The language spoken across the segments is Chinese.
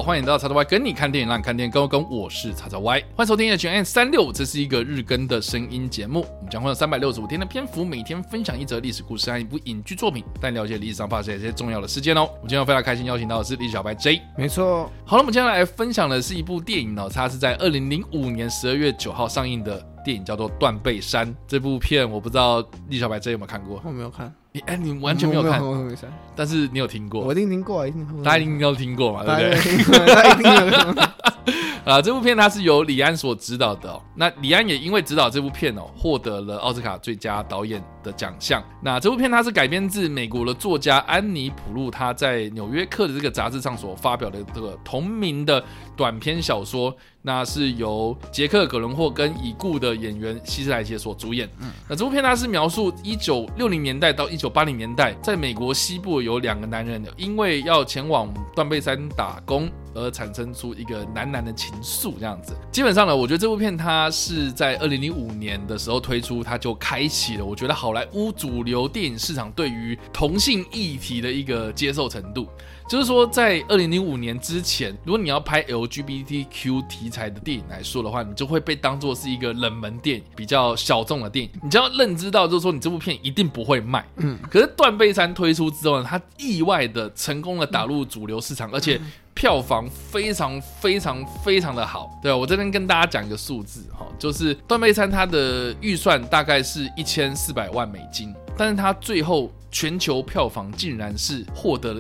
欢迎来到叉叉 Y 跟你看电影，让你看电影更跟我是叉叉 Y， 欢迎收听 HN365， 这是一个日更的声音节目，我们将会有365天的篇幅，每天分享一则历史故事和一部影剧作品，带你了解历史上发生的一些重要的事件哦。我们今天非常开心邀请到的是历史小白 J， 没错。 好了，我们今天来分享的是一部电影哦，它是在2005年12月9号上映的电影，叫做《断背山》。这部片我不知道历史小白 J 有没有看过？ 我没有看。 你完全没有看， 我没有看， 但是你有听过？ 我一定听过， 大家一定都听过嘛，对不对？大家一定有。 这部片它是由李安所执导的哦。那李安也因为执导这部片哦，获得了奥斯卡最佳导演的奖项。那这部片它是改编自美国的作家安妮普路他在《纽约客》的这个杂志上所发表的这个同名的短篇小说。那是由杰克·葛伦霍跟已故的演员希斯莱杰所主演。那这部片它是描述1960年代到1980年代，在美国西部有2个男人因为要前往断背山打工而产生出一个男的情愫这样子。基本上呢，我觉得这部片它是在2005年的时候推出，它就开启了我觉得好莱坞主流电影市场对于同性议题的一个接受程度。就是说在2005年之前，如果你要拍 LGBTQ 题材的电影来说的话，你就会被当作是一个冷门电影，比较小众的电影，你就要认知到就是说你这部片一定不会卖。可是断背山推出之后呢，它意外的成功的打入主流市场，而且票房非常非常非常的好。对，我这边跟大家讲一个数字，就是断背山它的预算大概是1400万美金，但是它最后全球票房竟然是获得了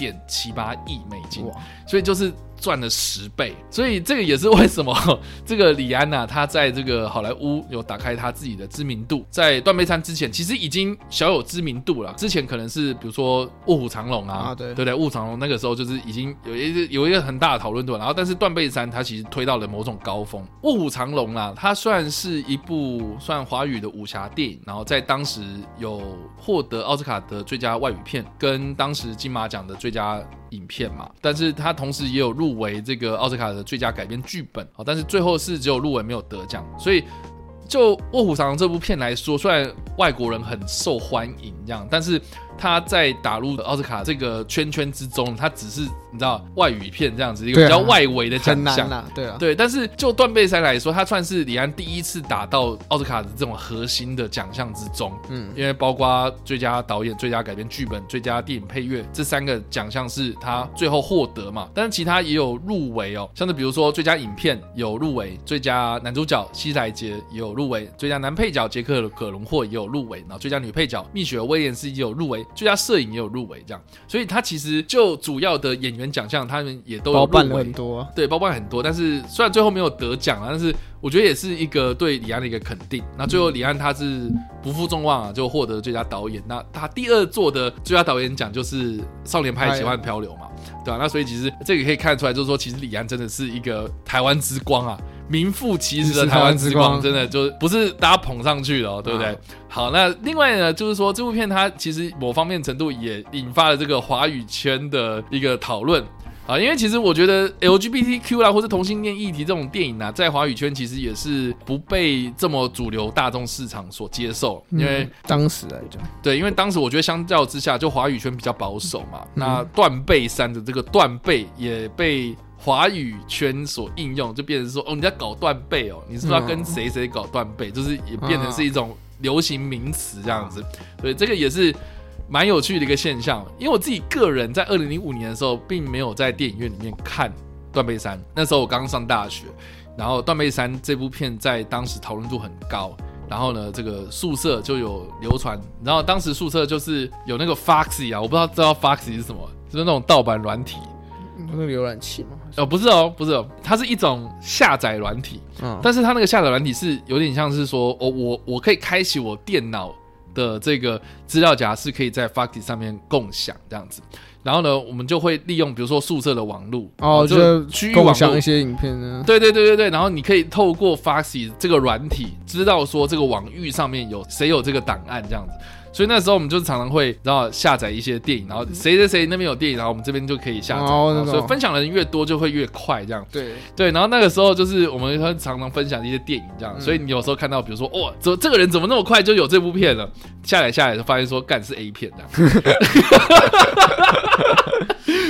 1.78亿美金，所以就是赚了10倍。所以这个也是为什么这个李安他在这个好莱坞有打开他自己的知名度。在断背山之前其实已经小有知名度了，之前可能是比如说卧虎藏龙对不对？卧虎藏龙那个时候就是已经有一个很大的讨论度，然后但是断背山它其实推到了某种高峰。卧虎藏龙它算是一部算华语的武侠电影，然后在当时有获得奥斯卡的最佳外语片跟当时金马奖的最佳影片嘛，但是他同时也有入围这个奥斯卡的最佳改编剧本，但是最后是只有入围没有得奖。所以就卧虎藏龙这部片来说，虽然外国人很受欢迎这样，但是他在打入奥斯卡这个圈之中，他只是你知道外语片这样子一个比较外围的奖项，对。但是就断背山来说，他算是李安第一次打到奥斯卡的这种核心的奖项之中，因为包括最佳导演、最佳改编剧本、最佳电影配乐这3个奖项是他最后获得嘛，但是其他也有入围哦，像是比如说最佳影片有入围，最佳男主角希斯莱杰也有入围，最佳男配角杰克·葛伦霍也有入围，然后最佳女配角蜜雪儿·威廉斯也有入围，最佳摄影也有入围，这样，所以他其实就主要的演员奖项，他们也都有入围， 包办了很多， 对，包办很多。但是虽然最后没有得奖，但是我觉得也是一个对李安的一个肯定。那最后李安他是不负众望就获得最佳导演。那他第2座的最佳导演奖就是《少年派奇幻漂流》嘛，对吧？那所以其实这个可以看得出来，就是说其实李安真的是一个台湾之光啊。名副其实的台湾之光，真的就不是大家捧上去的对不对？好，那另外呢，就是说这部片它其实某方面程度也引发了这个华语圈的一个讨论因为其实我觉得 LGBTQ 啦，或是同性恋议题这种电影在华语圈其实也是不被这么主流大众市场所接受，因为当时来讲，对， 因为当时我觉得相较之下，就华语圈比较保守嘛。那断背山的这个断背也被华语圈所应用，就变成说你在搞断背你是不是要跟谁谁搞断背，就是也变成是一种流行名词这样子。所以这个也是蛮有趣的一个现象。因为我自己个人在2005年的时候并没有在电影院里面看断背山，那时候我刚上大学，然后断背山这部片在当时讨论度很高，然后呢这个宿舍就有流传，然后当时宿舍就是有那个 Foxy 我不知道 Foxy 是什么，就是那种盗版软体， 那个浏览器吗？ 不是它是一种下载软体，但是它那个下载软体是有点像是说我可以开启我电脑的这个资料夹是可以在 Foxy 上面共享这样子，然后呢我们就会利用比如说宿舍的网路就区域网路共享一些影片呢， 对，然后你可以透过 Foxy 这个软体知道说这个网域上面有谁有这个档案这样子。所以那时候我们就常常会然后下载一些电影，然后谁那边有电影，然后我们这边就可以下载，所以分享的人越多就会越快这样。对，然后那个时候就是我们会常常分享一些电影这样，所以你有时候看到比如说这个人怎么那么快就有这部片了，下载就发现说干是 A 片这样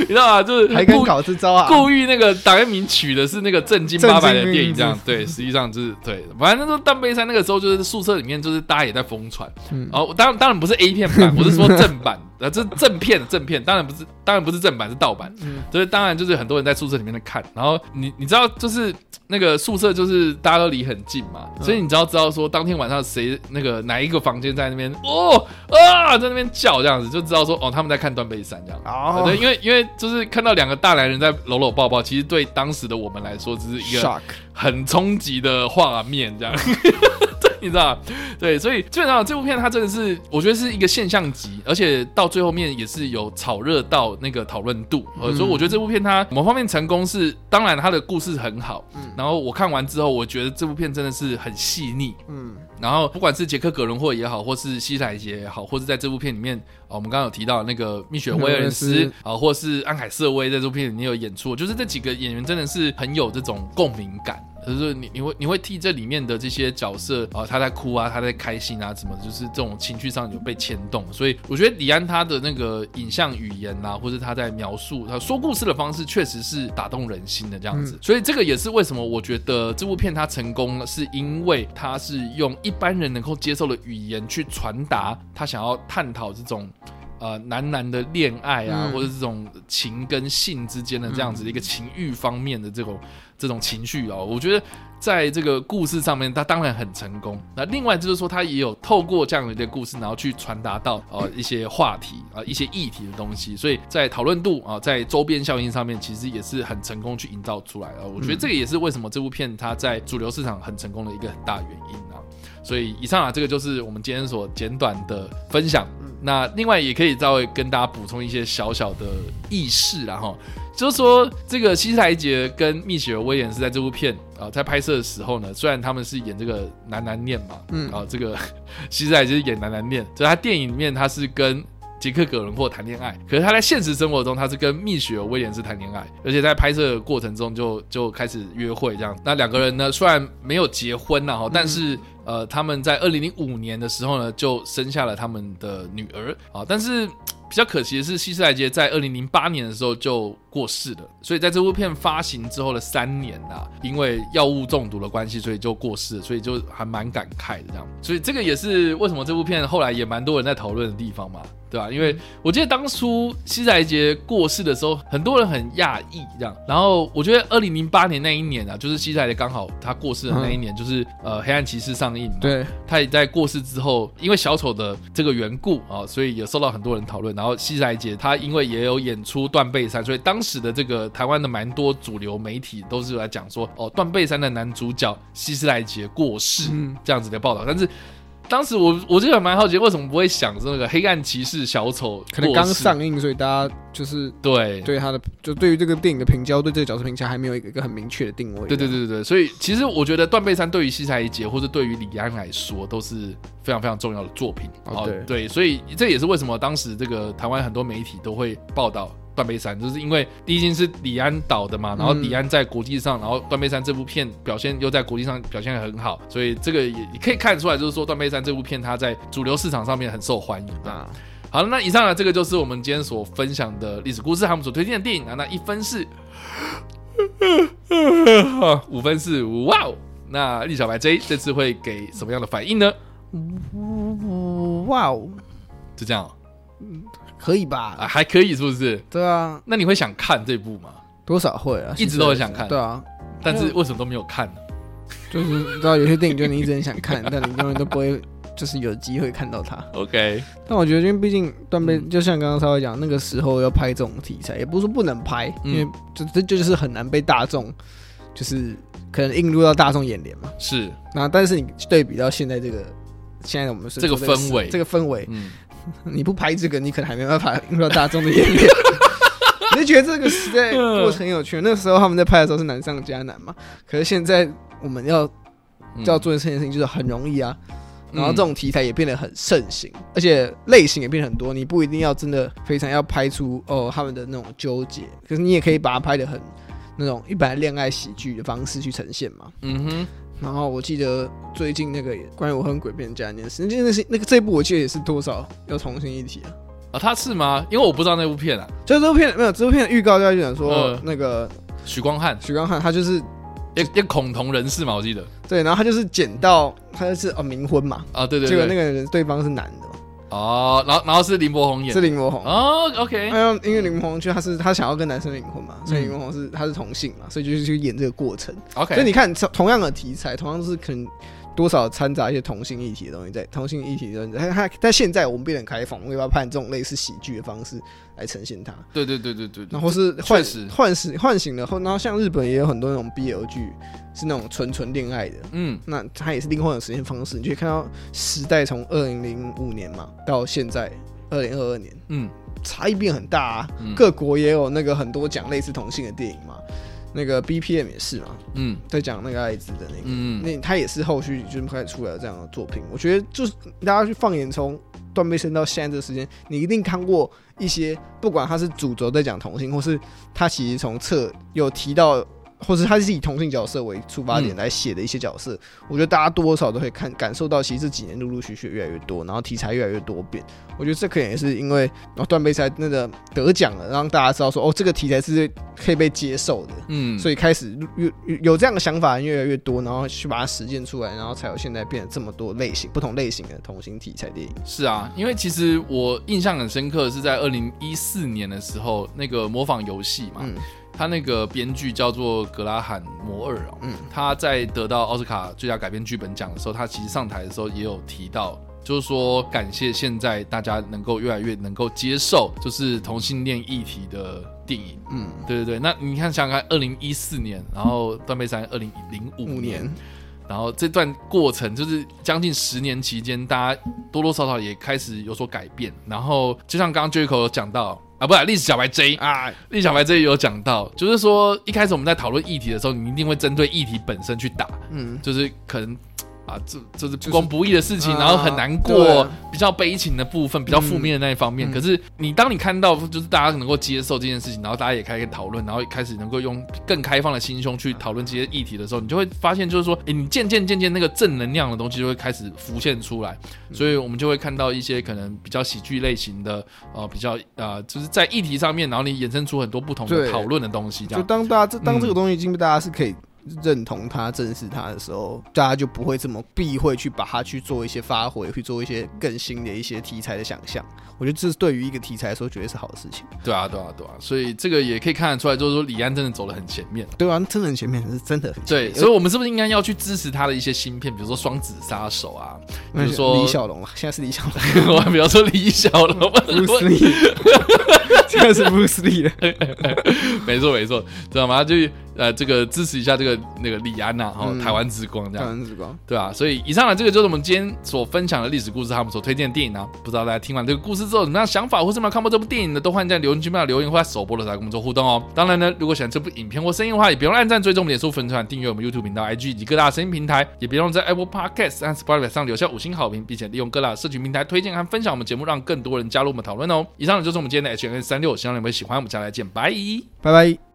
你知道吗？就是还敢搞这招啊！ 故意那个党彦明取的是那个正经八百的电影，这样对，实际上就是对。反正断背山那个时候就是宿舍里面就是大家也在疯传，哦，当然不是 A 片版，我是说正版。这是正片，当然不是正版，是盗版。所以当然就是很多人在宿舍里面看，然后你知道就是那个宿舍就是大家都离很近嘛，所以你知道说当天晚上谁那个哪一个房间在那边在那边叫这样子，就知道说他们在看断背山这样。对，因为就是看到两个大男人在搂抱抱，其实对当时的我们来说，只是一个很冲击的画面这样。你知道对，所以基本上这部片它真的是我觉得是一个现象级，而且到最后面也是有炒热到那个讨论度。所以我觉得这部片它某方面成功是，当然它的故事很好，然后我看完之后我觉得这部片真的是很细腻，然后不管是杰克·葛伦霍也好，或是希斯莱杰也好，或是在这部片里面我们刚刚有提到那个蜜雪·威尔斯或是安海瑟薇在这部片里面有演出，就是这几个演员真的是很有这种共鸣感。就是你会替这里面的这些角色他在哭啊，他在开心啊，什么就是这种情绪上有被牵动，所以我觉得李安他的那个影像语言啊，或者他在描述他说故事的方式，确实是打动人心的这样子。所以这个也是为什么我觉得这部片它成功了，是因为它是用一般人能够接受的语言去传达他想要探讨这种男的恋爱啊，或者这种情跟性之间的这样子的一个情欲方面的这种情绪我觉得在这个故事上面它当然很成功。那另外就是说它也有透过这样的一个故事，然后去传达到一些话题一些议题的东西，所以在讨论度在周边效应上面其实也是很成功去营造出来我觉得这个也是为什么这部片它在主流市场很成功的一个很大原因所以以上这个就是我们今天所简短的分享。那另外也可以稍微跟大家补充一些小小的意识啦就是说这个希斯莱杰跟蜜雪儿威廉斯在这部片在拍摄的时候呢，虽然他们是演这个男恋嘛，这个希斯莱杰是演男恋，所以他电影里面他是跟杰克·葛伦霍谈恋爱，可是他在现实生活中他是跟蜜雪儿威廉斯谈恋爱，而且在拍摄的过程中就开始约会这样。那两个人呢虽然没有结婚但是他们在2005年的时候呢就生下了他们的女儿但是比较可惜的是，希斯莱杰在2008年的时候就过世了，所以在这部片发行之后的3年因为药物中毒的关系，所以就过世了，所以就还蛮感慨的这样。所以这个也是为什么这部片后来也蛮多人在讨论的地方嘛，对吧？因为我记得当初希斯莱杰过世的时候，很多人很讶异这样。然后我觉得2008年那一年就是希斯莱杰刚好他过世的那一年，就是黑暗骑士上映嘛， 对， 他也在过世之后，因为小丑的这个缘故所以也受到很多人讨论。然后希斯莱杰他因为也有演出断背山，所以当时的这个台湾的蛮多主流媒体都是来讲说断背山的男主角希斯莱杰过世这样子的报道。但是当时我就蛮好奇，为什么不会想说那个黑暗骑士小丑可能刚上映，所以大家就是对他的就对于这个电影的评价，对这个角色评价还没有一个很明确的定位。 对，所以其实我觉得断背山对于希斯莱杰或者对于李安来说都是非常非常重要的作品对，所以这也是为什么当时这个台湾很多媒体都会报道断背山，就是因为第一件是李安导的嘛，然后李安在国际上，然后断背山这部片表现又在国际上表现很好，所以这个也可以看出来，就是说断背山这部片它在主流市场上面很受欢迎好了，那以上这个就是我们今天所分享的历史故事，还有我们所推荐的电影那1分是5分是哇哦！那立小白 J 这次会给什么样的反应呢？ 哇哦， 就这样可以吧还可以是不是？ 对啊， 那你会想看这部吗？ 多少会一直都很想看。 对啊， 但是为什么都没有看呢？ 就是知道有些电影就你一直很想看但你永远都不会就是有机会看到它。 OK， 但我觉得因为毕竟断背就像刚刚稍微讲那个时候要拍这种题材，也不是说不能拍因为这就是很难被大众就是可能映入到大众眼帘嘛。是，那但是你对比到现在我们这个氛围你不拍这个你可能还没办法映入到大众的眼帘你就觉得这个时代过程很有趣那个时候他们在拍的时候是难上加难嘛，可是现在我们要做这件事情就是很容易然后这种题材也变得很盛行而且类型也变得很多，你不一定要真的非常要拍出他们的那种纠结，可是你也可以把它拍得很那种一般恋爱喜剧的方式去呈现嘛。然后我记得最近那个关于我和鬼变家那件事，这部我记得也是多少要重新一提啊，他是吗？因为我不知道那部片啊。 就这部片没有，这部片的预告就在讲说，那个许光汉他就是一恐同人士嘛，我记得。 对，然后他就是捡到他就是冥婚嘛， 啊对， 结果那个人对方是男的。 哦，然后是林柏宏演， 是林柏宏哦 ，OK， 因为林柏宏他想要跟男生领婚嘛，所以林柏宏他是同性嘛，所以就是去演这个过程。 OK， 所以你看同样的题材，同样是可能多少掺杂一些同性议题的东西在，同性议题的东西，但现在我们变得开放，我们要不要判这种类似喜剧的方式来呈现它？ 对， 然后是唤醒了，然后像日本也有很多那种 BL 剧。是那种纯恋爱的，那它也是另外的实现方式。你就可以看到时代从2005年嘛到现在2022年，差异变很大啊。各国也有那个很多讲类似同性的电影嘛，那个 BPM 也是嘛，在讲那个艾滋的那个，那它也是后续就开始出来了这样的作品。我觉得就是大家去放眼从断背山到现在这个时间，你一定看过一些，不管他是主轴在讲同性，或是他其实从有提到。或是他是以同性角色为出发点来写的一些角色，我觉得大家多多少少都会感受到，其实这几年陆陆续续越来越多，然后题材越来越多变。我觉得这可能也是因为断背山那个得奖了，让大家知道说这个题材是可以被接受的，所以开始有这样的想法越来越多，然后去把它实践出来，然后才有现在变得这么多不同类型的同性题材电影。 是啊，因为其实我印象很深刻是在2014年的时候，那个模仿游戏嘛。他那个编剧叫做格拉罕·摩尔他在得到奥斯卡最佳改编剧本奖的时候，他其实上台的时候也有提到，就是说感谢现在大家能够越来越能够接受就是同性恋议题的电影。对，那你看想想看，2014年，然后断背山2005年。然后这段过程就是将近10年期间，大家多多少少也开始有所改变。然后就像刚刚 Jericho 有讲到不是历史小白 J 历史小白 J 有讲到，就是说一开始我们在讨论议题的时候，你一定会针对议题本身去打，就是可能这是不公不义的事情，然后很难过，比较悲情的部分，比较负面的那一方面。可是当你看到就是大家能够接受这件事情，然后大家也开始讨论，然后开始能够用更开放的心胸去讨论这些议题的时候，你就会发现就是说，你渐渐那个正能量的东西就会开始浮现出来。所以我们就会看到一些可能比较喜剧类型的，比较就是在议题上面，然后你衍生出很多不同的讨论的东西。这样， 就当这个东西已经被大家是可以认同它、正视它的时候，大家就不会这么避讳去把它去做一些发挥，去做一些更新的一些题材的想象。我觉得这是对于一个题材来说，绝对是好的事情。 对啊，所以这个也可以看得出来，就是说李安真的走得很前面。 对啊，真的很前面，是真的很前面。 对，所以我们是不是应该要去支持他的一些新片，比如说《双子杀手》啊，比如说李小龙啊，现在是李小龙， 我比方说李小龙， 布斯利，现在是布斯利了。 没错，知道吗？就这个支持一下这个那个李安呐，台湾之光这样， 台湾之光， 对啊。所以以上的这个就是我们今天所分享的历史故事，他们所推荐的电影啊。不知道大家听完这个故事之后有什么样的想法，或是有没有看过这部电影的，都欢迎在留言区留言或在首播的时候跟我们做互动哦。当然呢，如果喜欢这部影片或声音的话，也别忘了按赞、追踪我们脸书粉团、订阅我们 YouTube 频道、IG 以及各大声音平台，也别忘了在 Apple Podcast 和 Spotify 上留下5星好评，并且利用各大社群平台推荐和分享我们节目，让更多人加入我们讨论哦。以上就是我们今天的 HNS36，希望你们会喜欢。我们下来见，拜拜。